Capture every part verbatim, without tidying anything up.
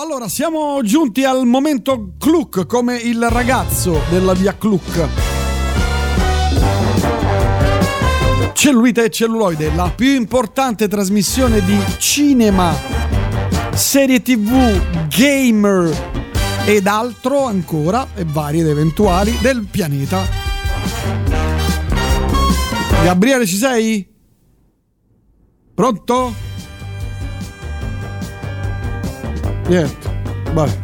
allora siamo giunti al momento Cluck, come il ragazzo della via Cluck. Cellulite e celluloide, la più importante trasmissione di cinema, serie tv, gamer ed altro ancora, e vari ed eventuali, del pianeta. Gabriele, ci sei? Pronto? Niente, vai.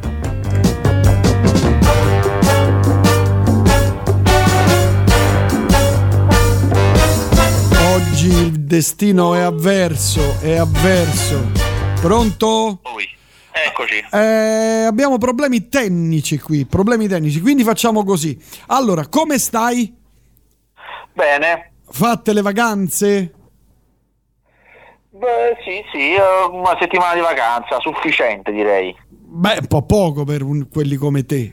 Oggi il destino è avverso, è avverso. Pronto? Eccoci. Eh, abbiamo problemi tecnici qui, problemi tecnici, quindi facciamo così. Allora, come stai? Bene. Fatte le vacanze? Beh, sì, sì, una settimana di vacanza, sufficiente direi. Beh, un po' poco per un, quelli come te.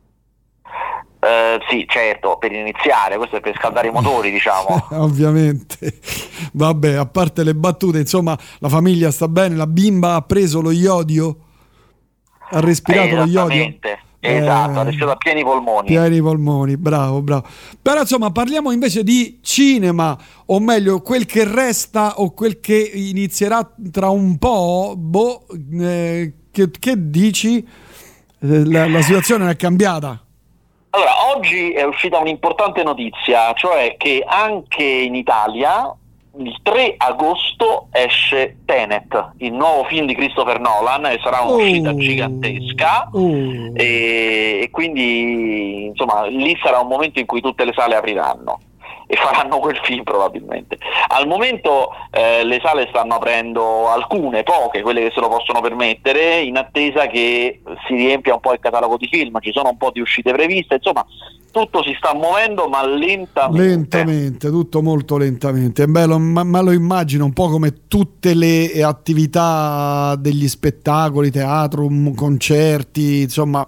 Eh, sì, certo, per iniziare, questo è per scaldare i motori, diciamo. Ovviamente. Vabbè, a parte le battute, insomma, la famiglia sta bene, la bimba ha preso lo iodio? Ha respirato eh, lo iodio? Esattamente, esatto, eh, ha respirato a pieni polmoni. Pieni polmoni, bravo, bravo. Però insomma, parliamo invece di cinema, o meglio, quel che resta o quel che inizierà tra un po'. Boh, eh, che, che dici? Eh, la, la situazione è cambiata. Allora, oggi è uscita un'importante notizia, cioè che anche in Italia il tre agosto esce Tenet, il nuovo film di Christopher Nolan, e sarà un'uscita oh, gigantesca oh. e, e quindi insomma lì sarà un momento in cui tutte le sale apriranno e faranno quel film probabilmente. Al momento eh, le sale stanno aprendo alcune, poche, quelle che se lo possono permettere, in attesa che si riempia un po' il catalogo di film. Ci sono un po' di uscite previste, insomma tutto si sta muovendo ma lentamente. Lentamente, tutto molto lentamente. È bello, ma, ma lo immagino un po' come tutte le attività degli spettacoli, teatro, concerti, insomma.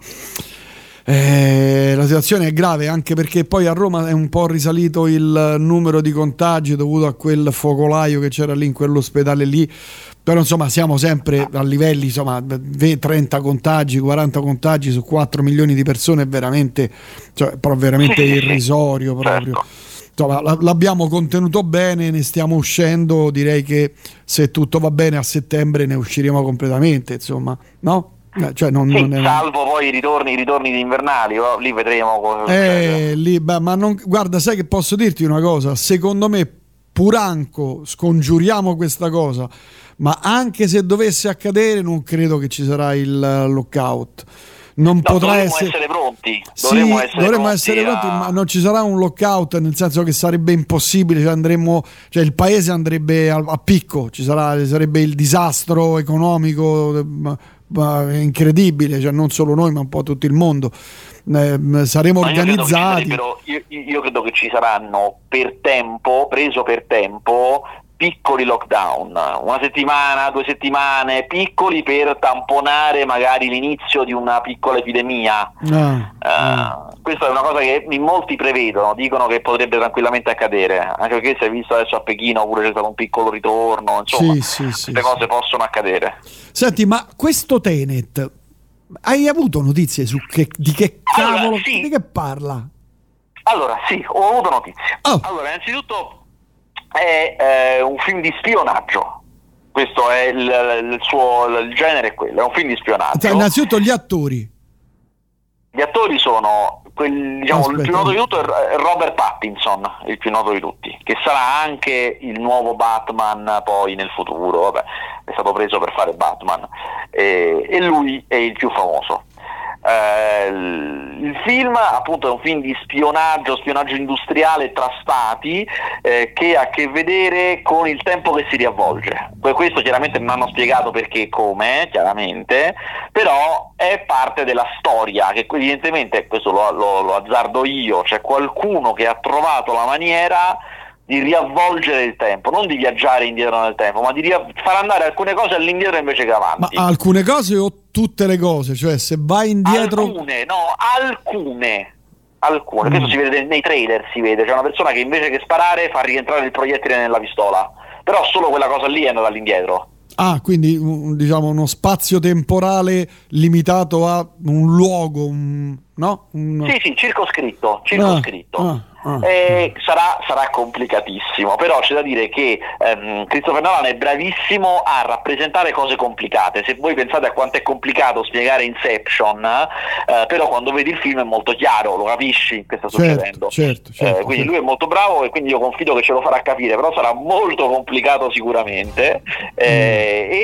Eh, la situazione è grave, anche perché poi a Roma è un po' risalito il numero di contagi dovuto a quel focolaio che c'era lì in quell'ospedale lì, però insomma siamo sempre a livelli, insomma, trenta contagi, quaranta contagi su quattro milioni di persone, è veramente, cioè, però veramente sì, irrisorio sì, proprio. certo. Insomma, l'abbiamo contenuto bene, ne stiamo uscendo, direi che se tutto va bene a settembre ne usciremo completamente, insomma, no? Eh, cioè non, sì, non è... salvo poi i ritorni, i ritorni di invernali, oh, lì vedremo cosa eh, lì, beh, ma non, guarda, sai che posso dirti una cosa? Secondo me, puranco, scongiuriamo questa cosa, ma anche se dovesse accadere non credo che ci sarà il lockout. Non no, potrà dovremmo essere... essere pronti. Sì, dovremmo essere dovremmo pronti, essere pronti a... ma non ci sarà un lockout, nel senso che sarebbe impossibile, cioè andremmo, cioè il paese andrebbe a, a picco, ci sarà, sarebbe il disastro economico incredibile, cioè non solo noi ma un po' tutto il mondo. Eh, saremo ma organizzati. Io credo, io, io credo che ci saranno per tempo, preso per tempo, piccoli lockdown, una settimana, due settimane, piccoli, per tamponare magari l'inizio di una piccola epidemia. Ah, uh, ah. Questa è una cosa che in molti prevedono, dicono che potrebbe tranquillamente accadere, anche perché si è visto adesso a Pechino pure c'è stato un piccolo ritorno, insomma, sì, sì, queste sì, cose sì. possono accadere. Senti, ma questo Tenet, hai avuto notizie su che, di che cavolo, allora, sì. di che parla? Allora, sì, ho avuto notizie. Oh. Allora, innanzitutto è eh, un film di spionaggio. Questo è il, il suo il genere è quello, è un film di spionaggio. Cioè, innanzitutto gli attori. Gli attori sono quelli, diciamo, Aspetta. il più noto di tutto è Robert Pattinson, il più noto di tutti, che sarà anche il nuovo Batman poi nel futuro, vabbè, è stato preso per fare Batman e, e lui è il più famoso. Eh, il film appunto è un film di spionaggio, spionaggio industriale tra stati, eh, che ha a che vedere con il tempo che si riavvolge. Questo chiaramente non hanno spiegato perché e come, chiaramente, però è parte della storia, che evidentemente, questo lo, lo, lo azzardo io, c'è qualcuno che ha trovato la maniera di riavvolgere il tempo, non di viaggiare indietro nel tempo, ma di ria- far andare alcune cose all'indietro invece che avanti. Ma alcune cose o tutte le cose? Cioè, se vai indietro... Alcune, no, alcune. Alcune. Mm. Questo si vede nei trailer, si vede. C'è una persona che invece che sparare fa rientrare il proiettile nella pistola. Però solo quella cosa lì è andata all'indietro. Ah, quindi un, diciamo uno spazio temporale limitato a un luogo, un, no? Un... Sì, sì, circoscritto, circoscritto. Ah, ah. Ah. Eh, sarà, sarà complicatissimo, però c'è da dire che ehm, Christopher Nolan è bravissimo a rappresentare cose complicate. Se voi pensate a quanto è complicato spiegare Inception, eh, però quando vedi il film è molto chiaro, lo capisci che sta certo, succedendo. Certo, certo, eh, quindi certo. lui è molto bravo e quindi io confido che ce lo farà capire, però sarà molto complicato sicuramente, eh, mm.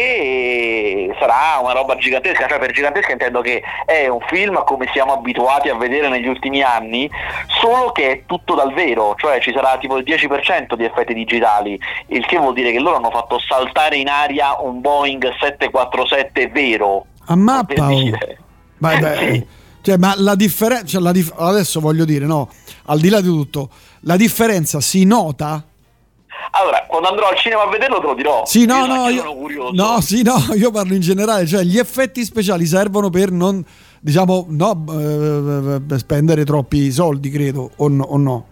e sarà una roba gigantesca. Cioè, per gigantesca intendo che è un film come siamo abituati a vedere negli ultimi anni, solo che è tutto dal vero, cioè ci sarà tipo il dieci per cento di effetti digitali, il che vuol dire che loro hanno fatto saltare in aria un Boeing sette quattro sette vero. A mappa, oh. Ma, beh, sì. Cioè, ma la differenza, cioè, la dif- adesso voglio dire, no, al di là di tutto, la differenza si nota? Allora, quando andrò al cinema a vederlo te lo dirò. Sì, no, io no, io, sono curioso. no, sì, no, io parlo in generale, cioè gli effetti speciali servono per non, diciamo, no, eh, spendere troppi soldi, credo, o no? O no?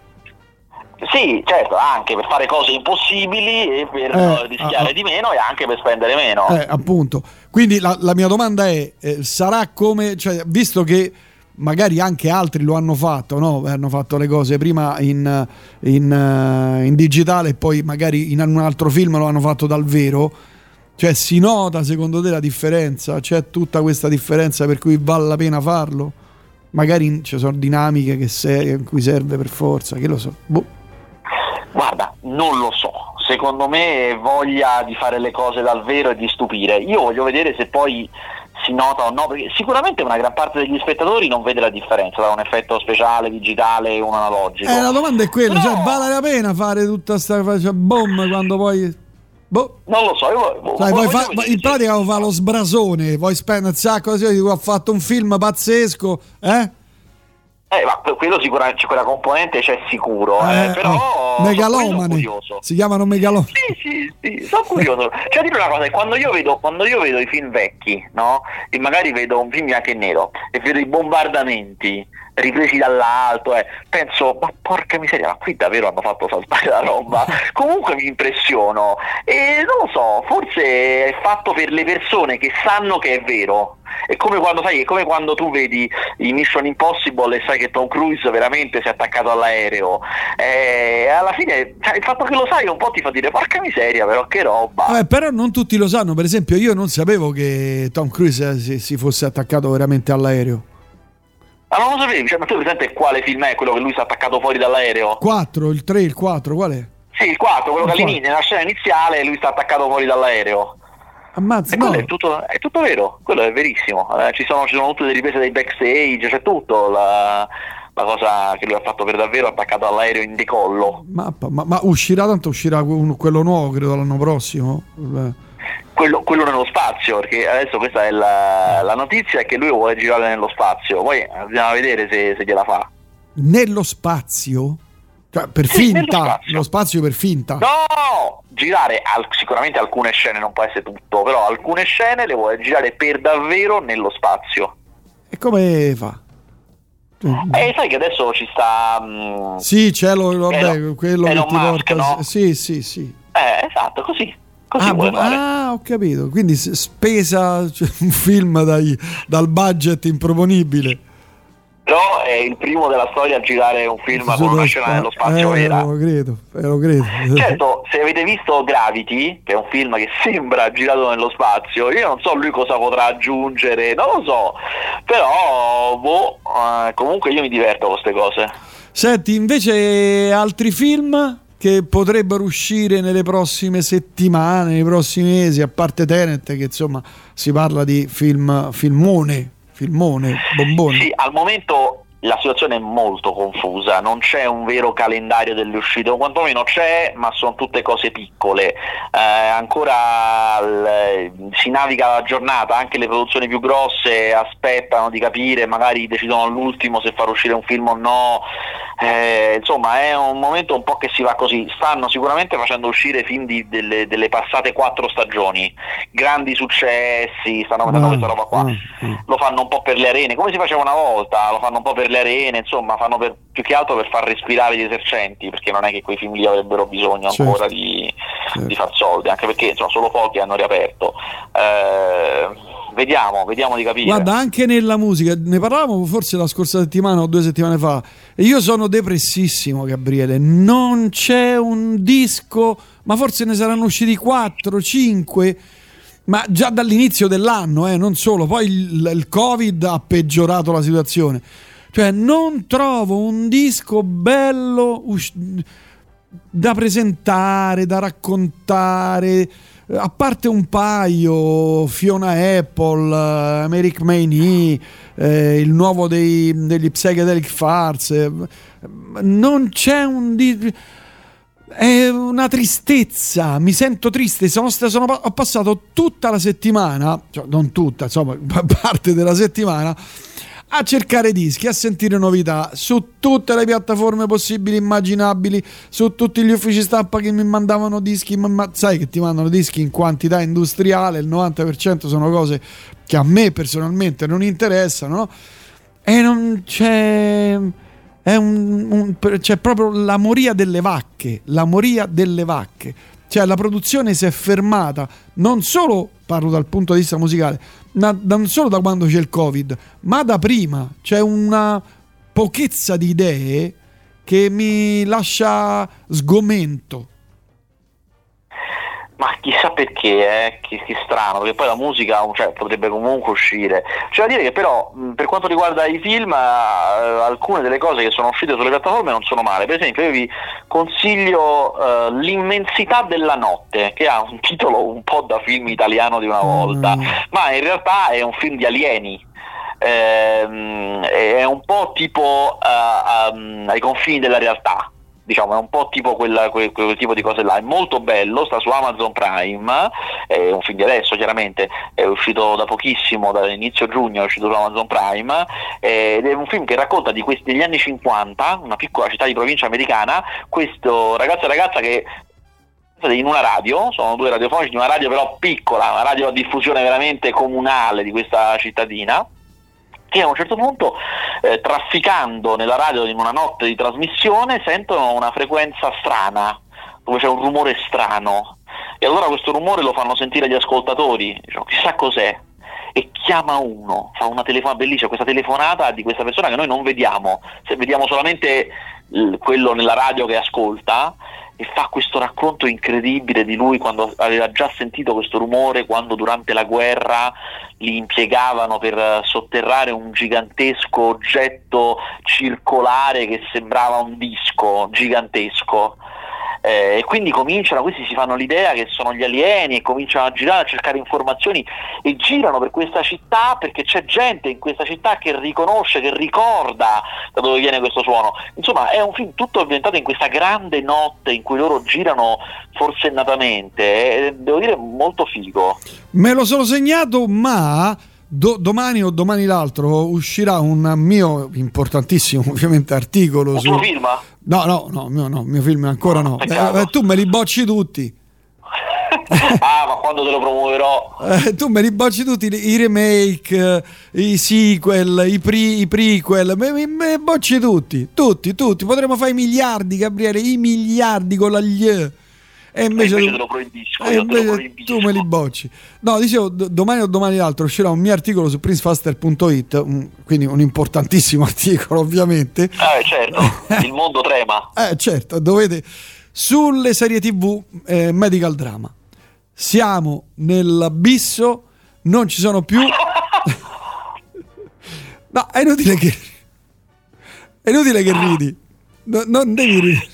Sì, certo, anche per fare cose impossibili e per eh, rischiare ah, di meno e anche per spendere meno. Eh, appunto. Quindi la, la mia domanda è, eh, sarà come, cioè, visto che magari anche altri lo hanno fatto, no? Hanno fatto le cose prima in, in, uh, in digitale e poi magari in un altro film lo hanno fatto dal vero, cioè si nota secondo te la differenza? C'è tutta questa differenza per cui vale la pena farlo? Magari ci sono dinamiche che se, in cui serve per forza, che lo so, boh. Guarda, non lo so, secondo me è voglia di fare le cose dal vero e di stupire. Io voglio vedere se poi si nota o no, perché sicuramente una gran parte degli spettatori non vede la differenza tra un effetto speciale, digitale e un analogico. Eh, la domanda è quella, però... cioè vale la pena fare tutta sta cioè, boom quando poi... Boh. Non lo so, io Sai, voglio fa, vedere, in pratica sì. Fa lo sbrasone, poi spende un sacco così, ho fatto un film pazzesco, eh? Eh, ma quello sicuramente, quella componente c'è sicuro, eh, eh, però eh, megalomani, si chiamano megalomani. Sì, sì, sì, sono curioso. Cioè, dire una cosa, quando io vedo, quando io vedo i film vecchi, no? E magari vedo un film bianco e nero e vedo i bombardamenti ripresi dall'alto, eh, penso, ma porca miseria, ma qui davvero hanno fatto saltare la roba. Comunque mi impressiono e non lo so, forse è fatto per le persone che sanno che è vero. È come quando sai, è come quando tu vedi i Mission Impossible e sai che Tom Cruise veramente si è attaccato all'aereo. Eh, alla fine, cioè, il fatto che lo sai un po' ti fa dire porca miseria, però che roba. Eh, però non tutti lo sanno, per esempio io non sapevo che Tom Cruise si, si fosse attaccato veramente all'aereo. Ma non lo sapevi? Cioè, ma tu presente quale film è quello che lui si è attaccato fuori dall'aereo? quattro, il tre, il quattro, qual è? Sì, il quattro, quello il che all'inizio, nella scena iniziale lui sta attaccato fuori dall'aereo. Ammazza, e quello no. è, tutto, è tutto vero, quello è verissimo. Eh, ci, sono, ci sono tutte le riprese dei backstage, c'è tutto, la, la cosa che lui ha fatto per davvero, attaccato all'aereo in decollo. Ma, ma, ma uscirà, tanto uscirà quello nuovo, credo l'anno prossimo. Quello, quello nello spazio, perché adesso questa è la, la notizia, è che lui vuole girare nello spazio, poi andiamo a vedere se, se gliela fa. Nello spazio? Cioè, per sì, finta, spazio. Lo spazio per finta. No, girare al, sicuramente alcune scene, non può essere tutto, però alcune scene le vuole girare per davvero nello spazio. E come fa? Eh, sai che adesso ci sta... Mh, sì, c'è lo, vabbè, Elon, quello Elon che ti Musk, porta... no? Sì, sì, sì. Eh, esatto, così. Così ah, vuole bo- fare. ah, ho capito. Quindi spesa, cioè, un film dai, dal budget improponibile. Però è il primo della storia a girare un film con una scena nello spazio eh, vera. Lo credo, eh, lo credo. Certo, se avete visto Gravity, che è un film che sembra girato nello spazio, io non so lui cosa potrà aggiungere, non lo so, però boh, eh, comunque io mi diverto con queste cose. Senti, invece altri film che potrebbero uscire nelle prossime settimane, nei prossimi mesi, a parte Tenet, che insomma si parla di film, filmone, filmone, bombone. Sì, al momento la situazione è molto confusa, non c'è un vero calendario delle uscite, o quantomeno c'è, ma sono tutte cose piccole. Eh, ancora l- si naviga la giornata, anche le produzioni più grosse aspettano di capire, magari decidono all'ultimo se far uscire un film o no. Eh, insomma, è un momento un po' che si va così. Stanno sicuramente facendo uscire film di, delle, delle passate quattro stagioni, grandi successi, stanno mettendo questa roba qua. Lo fanno un po' per le arene, come si faceva una volta, lo fanno un po' per le arene, insomma, fanno per, più che altro per far respirare gli esercenti, perché non è che quei film lì avrebbero bisogno ancora, certo, di, certo. di far soldi, anche perché insomma, solo pochi hanno riaperto. Eh, vediamo, vediamo di capire. Guarda, anche nella musica, ne parlavamo forse la scorsa settimana o due settimane fa, e io sono depressissimo, Gabriele, non c'è un disco, ma forse ne saranno usciti quattro, cinque, ma già dall'inizio dell'anno, eh, non solo, poi il, il Covid ha peggiorato la situazione. Cioè non trovo un disco bello us- da presentare, da raccontare, a parte un paio, Fiona Apple, uh, Americ Maynee, eh, il nuovo dei, degli Psychedelic Furs, eh, non c'è un disco. È una tristezza, mi sento triste. Sono, sono, ho passato tutta la settimana, cioè non tutta, insomma, parte della settimana, a cercare dischi, a sentire novità su tutte le piattaforme possibili, immaginabili, su tutti gli uffici stampa che mi mandavano dischi, ma sai che ti mandano dischi in quantità industriale, il novanta per cento sono cose che a me personalmente non interessano, no? E non c'è... È un, un, c'è proprio la moria delle vacche, la moria delle vacche. Cioè la produzione si è fermata, non solo, parlo dal punto di vista musicale, ma non solo da quando c'è il Covid, ma da prima. C'è una pochezza di idee che mi lascia sgomento. Ma chissà perché, eh? che, che strano, perché poi la musica cioè, potrebbe comunque uscire. C'è da dire che però per quanto riguarda i film, eh, alcune delle cose che sono uscite sulle piattaforme non sono male. Per esempio io vi consiglio eh, L'immensità della notte, che ha un titolo un po' da film italiano di una volta, mm. ma in realtà è un film di alieni. Eh, è un po' tipo uh, um, ai confini della realtà. Diciamo è un po' tipo quel, quel, quel tipo di cose là, è molto bello, sta su Amazon Prime, è un film di adesso chiaramente, è uscito da pochissimo, dall'inizio giugno è uscito su Amazon Prime, ed è un film che racconta di questi degli anni cinquanta, una piccola città di provincia americana, questo ragazzo e ragazza che in una radio, sono due radiofonici di una radio però piccola, una radio a diffusione veramente comunale di questa cittadina, che a un certo punto eh, trafficando nella radio in una notte di trasmissione sentono una frequenza strana dove c'è un rumore strano e allora questo rumore lo fanno sentire agli ascoltatori, dicono chissà cos'è, e chiama uno, fa una telefonata bellissima, questa telefonata di questa persona che noi non vediamo, se vediamo solamente l- quello nella radio che ascolta, e fa questo racconto incredibile di lui quando aveva già sentito questo rumore, quando durante la guerra li impiegavano per sotterrare un gigantesco oggetto circolare che sembrava un disco gigantesco. Eh, e quindi cominciano, questi si fanno l'idea che sono gli alieni e cominciano a girare, a cercare informazioni e girano per questa città perché c'è gente in questa città che riconosce, che ricorda da dove viene questo suono. Insomma è un film tutto ambientato in questa grande notte in cui loro girano forsennatamente, e devo dire molto figo. Me lo sono segnato, ma Do, domani o domani l'altro uscirà un mio importantissimo ovviamente articolo un su... tuo film? No, no, no, mio, no, mio film ancora no. Eh, eh, tu me li bocci tutti. Ah, ma quando te lo promuoverò? Eh, tu me li bocci tutti, i remake, i sequel, i, pre, i prequel, me, me, me bocci tutti, tutti, tutti. Potremmo fare i miliardi, Gabriele, i miliardi con la gli. E invece, e invece tu, te lo proibisco, e io invece te lo proibisco. Tu me li bocci. No, dicevo, d- domani o domani l'altro uscirà un mio articolo su prince faster punto it, un, quindi un importantissimo articolo ovviamente. Eh certo, il mondo trema. Eh certo, dovete, sulle serie tv eh, medical drama. Siamo nell'abisso, non ci sono più... No, è inutile che... È inutile che ridi. No, non devi ridere.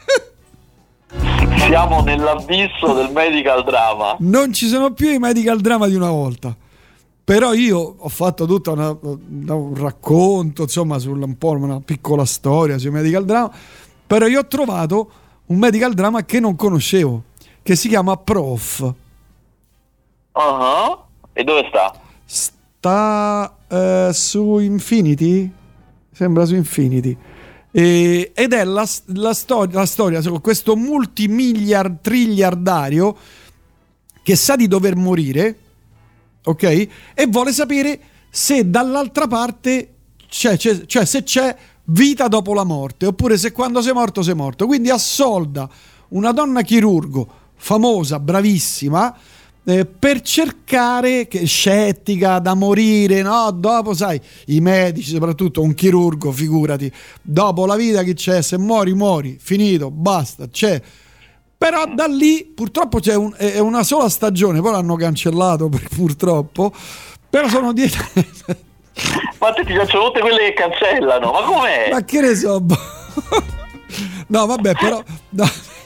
Siamo nell'abisso del medical drama. Non ci sono più i medical drama di una volta. Però io ho fatto tutta una, un racconto, insomma, su un po' una piccola storia sui medical drama. Però io ho trovato un medical drama che non conoscevo, che si chiama Prof. Uh-huh. E dove sta? Sta eh, su Infinity? Sembra su Infinity. E, ed è la, la, storia, la storia su questo multimiliard triliardario che sa di dover morire, ok? E vuole sapere se dall'altra parte c'è, c'è, cioè se c'è vita dopo la morte, oppure se quando sei morto sei morto. Quindi assolda una donna chirurgo famosa, bravissima, eh, per cercare, che scettica da morire, no? Dopo, sai, i medici, soprattutto un chirurgo, figurati, dopo la vita che c'è, se muori muori, finito, basta, c'è. Però da lì purtroppo c'è un, è una sola stagione, poi l'hanno cancellato purtroppo, però sono dietro. Ma te ti piacciono tutte quelle che cancellano, ma com'è? Ma che ne so. No, vabbè, però no.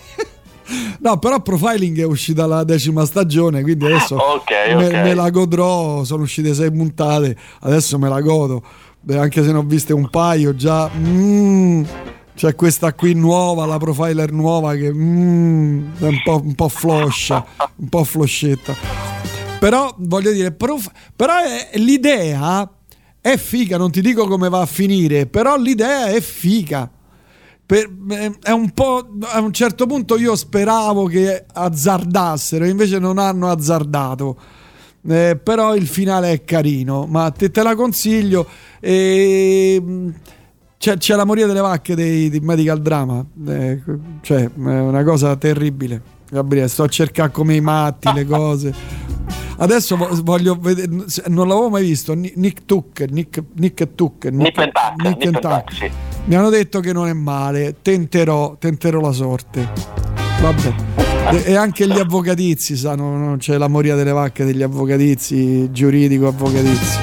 No, però Profiling è uscita la decima stagione, quindi adesso okay, me, okay. me la godrò. Sono uscite sei puntate, adesso me la godo. Beh, anche se ne ho viste un paio già. Mm, c'è questa qui nuova, la Profiler nuova, che mm, è un po', un po' floscia, un po' floscetta. Però voglio dire, prof... però è, l'idea è figa, non ti dico come va a finire, però l'idea è figa. Per, è un po', a un certo punto io speravo che azzardassero, invece non hanno azzardato, eh, però il finale è carino, ma te, te la consiglio. E c'è, c'è la moria delle vacche dei, di Medical Drama, eh, cioè è una cosa terribile, Gabriele, sto a cercare come i matti le cose. Adesso voglio vedere, non l'avevo mai visto, Nick Tuck, Nick, Nick Tuck, Nick, Nick Tuck, Nick Nick Tuck. Tuck, sì. Mi hanno detto che non è male, tenterò, tenterò la sorte. Vabbè. E anche gli avvocatizi sanno, no? C'è la moria delle vacche degli avvocatizi, giuridico avvocatizi,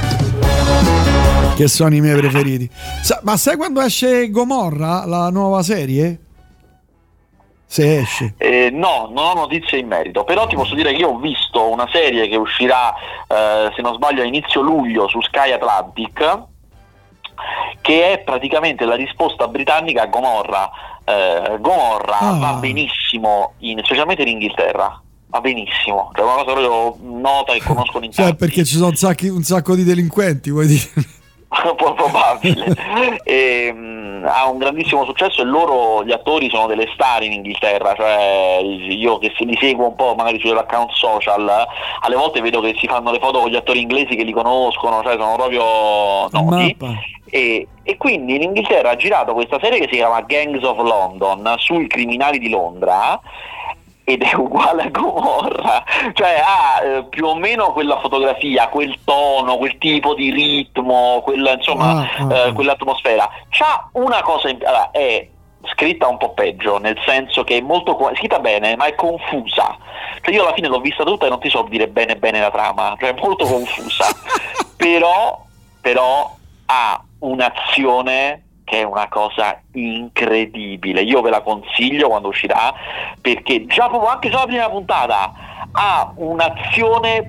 che sono i miei preferiti. Sa, ma sai quando esce Gomorra, la nuova serie? Se esce. Eh, no, non ho notizie in merito, però ti posso dire che io ho visto una serie che uscirà, eh, se non sbaglio, a inizio luglio su Sky Atlantic, che è praticamente la risposta britannica a Gomorra. Eh, Gomorra ah. va benissimo, in, specialmente in Inghilterra, va benissimo, cioè una cosa proprio nota che conoscono in tanti. Cioè, perché ci sono un sacco, un sacco di delinquenti, vuoi dire? Un po' probabile. E, mh, ha un grandissimo successo e loro, gli attori, sono delle star in Inghilterra, cioè io che se li seguo un po' magari sull'account social, alle volte vedo che si fanno le foto con gli attori inglesi che li conoscono, cioè sono proprio noti. E, e quindi in Inghilterra ha girato questa serie che si chiama Gangs of London, sui criminali di Londra, ed è uguale a Gomorra, cioè ha eh, più o meno quella fotografia, quel tono, quel tipo di ritmo, quella, insomma, ah, ah, eh, quell'atmosfera. C'ha una cosa in... allora, è scritta un po' peggio, nel senso che è molto scritta bene, ma è confusa. Cioè io alla fine l'ho vista tutta e non ti so dire bene bene la trama, cioè è molto confusa. però però ha un'azione che è una cosa incredibile. Io ve la consiglio quando uscirà, perché già proprio anche solo la prima puntata ha un'azione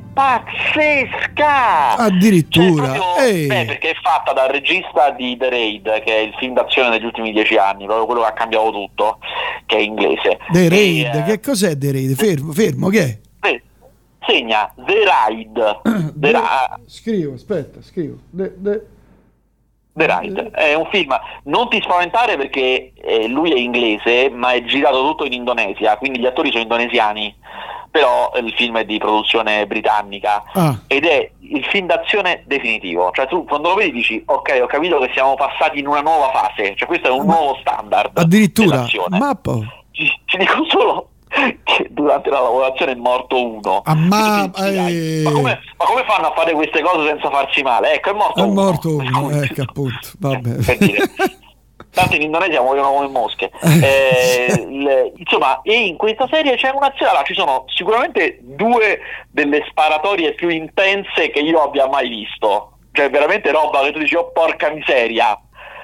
pazzesca, addirittura, cioè, beh, perché è fatta dal regista di The Raid, che è il film d'azione degli ultimi dieci anni, proprio quello che ha cambiato tutto, che è inglese. The Raid, e, che cos'è The Raid? Fermo, fermo, che è? Beh, segna The Raid. The The, Ra- scrivo, aspetta, scrivo The, the... The Raid è un film, non ti spaventare perché eh, lui è inglese, ma è girato tutto in Indonesia, quindi gli attori sono indonesiani, però il film è di produzione britannica ah. ed è il film d'azione definitivo, cioè tu quando lo vedi dici ok, ho capito che siamo passati in una nuova fase, cioè questo è un ma nuovo standard addirittura, ma poi ci, ci dico solo che durante la lavorazione è morto uno. Ah, ma, eh... ma, come, ma come fanno a fare queste cose senza farci male? Ecco, è morto è uno. Morto uno, ecco, appunto. Vabbè. Per dire. Tanto in Indonesia muoiono come mosche. Eh, le, insomma, e in questa serie c'è un'azione. Allora, ci sono sicuramente due delle sparatorie più intense che io abbia mai visto. Cioè, veramente roba che tu dici, oh porca miseria.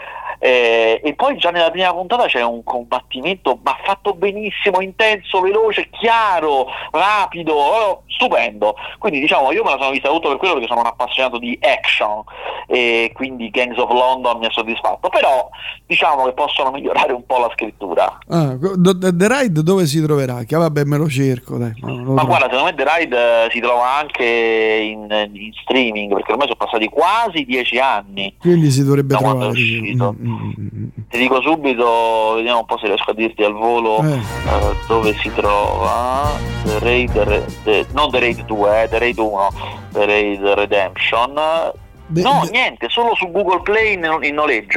Eh, e poi già nella prima puntata c'è un combattimento ma fatto benissimo, intenso, veloce, chiaro, rapido, oh, stupendo. Quindi diciamo io me la sono vista tutto per quello, perché sono un appassionato di action e quindi Gangs of London mi ha soddisfatto, però diciamo che possono migliorare un po' la scrittura. ah, The Raid dove si troverà? Che vabbè, me lo cerco, dai. No, lo ma trovo. Guarda, secondo me The Raid eh, si trova anche in, in streaming, perché ormai sono passati quasi dieci anni, quindi si dovrebbe da trovare. Quando è uscito. Mm. Ti dico subito, vediamo un po' se riesco a dirti al volo eh. uh, dove si trova The Raid, the, non The Raid due, eh, The Raid uno, The Raid Redemption. The, no, the... niente, solo su Google Play in, in noleggio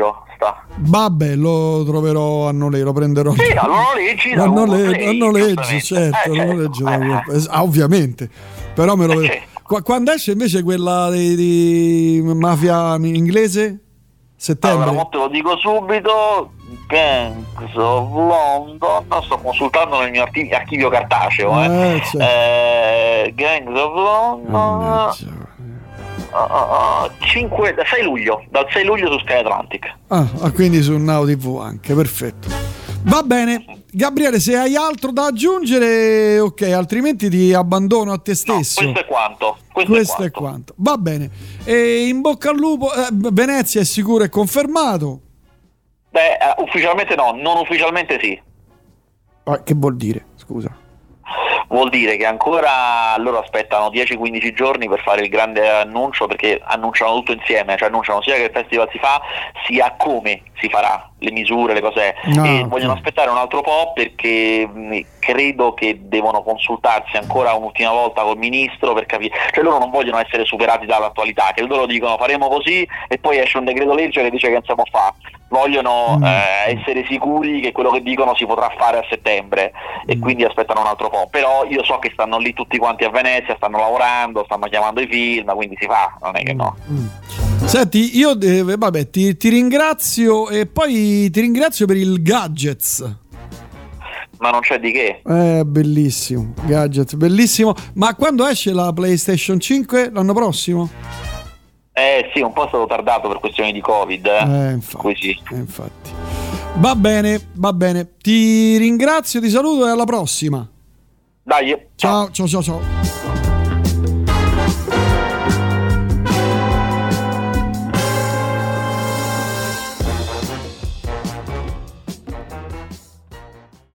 basta. Vabbè, lo troverò a noleggio, lo prenderò. Sì, a noleggi, a noleggio, a noleggio, certo, eh, a noleggio da eh. Ah, ovviamente. Però me lo vedo. Eh, Qu- quando esce invece quella di, di mafia inglese? Settembre. Allora, te lo dico subito, Gangs of London, sto consultando nel mio archivio, archivio cartaceo, eh. Eh, certo. eh, Gangs of London, uh, uh, uh, cinque, sei luglio, dal sei luglio su Sky Atlantic. Ah, quindi su Now tivù anche, perfetto. Va bene, Gabriele, se hai altro da aggiungere, ok, altrimenti ti abbandono a te stesso. No, questo è quanto. Questo, questo è, è, quanto. quanto. Va bene. E in bocca al lupo. Eh, Venezia è sicuro e confermato? Beh, uh, ufficialmente no, non ufficialmente sì. Ah, che vuol dire? Scusa. Vuol dire che ancora loro aspettano dieci quindici giorni per fare il grande annuncio, perché annunciano tutto insieme, cioè annunciano sia che il festival si fa, sia come si farà, le misure, le cose, no, e okay. vogliono aspettare un altro po' perché mh, credo che devono consultarsi ancora un'ultima volta col ministro per capire, cioè loro non vogliono essere superati dall'attualità, che loro dicono faremo così e poi esce un decreto legge che dice che non si può fare. Vogliono mm. eh, essere sicuri che quello che dicono si potrà fare a settembre e mm. quindi aspettano un altro po', però io so che stanno lì tutti quanti a Venezia, stanno lavorando, stanno chiamando i film, quindi si fa, non è che no. Mm. Senti, io eh, vabbè, ti, ti ringrazio e poi ti ringrazio per il gadgets. Ma non c'è di che. Eh, bellissimo, gadget, bellissimo. Ma quando esce la PlayStation cinque? L'anno prossimo? Eh sì, un po' è stato tardato per questioni di Covid. Eh, eh infatti, sì. eh, infatti. Va bene, va bene. Ti ringrazio, ti saluto e alla prossima. Dai. Ciao, ciao, ciao, ciao.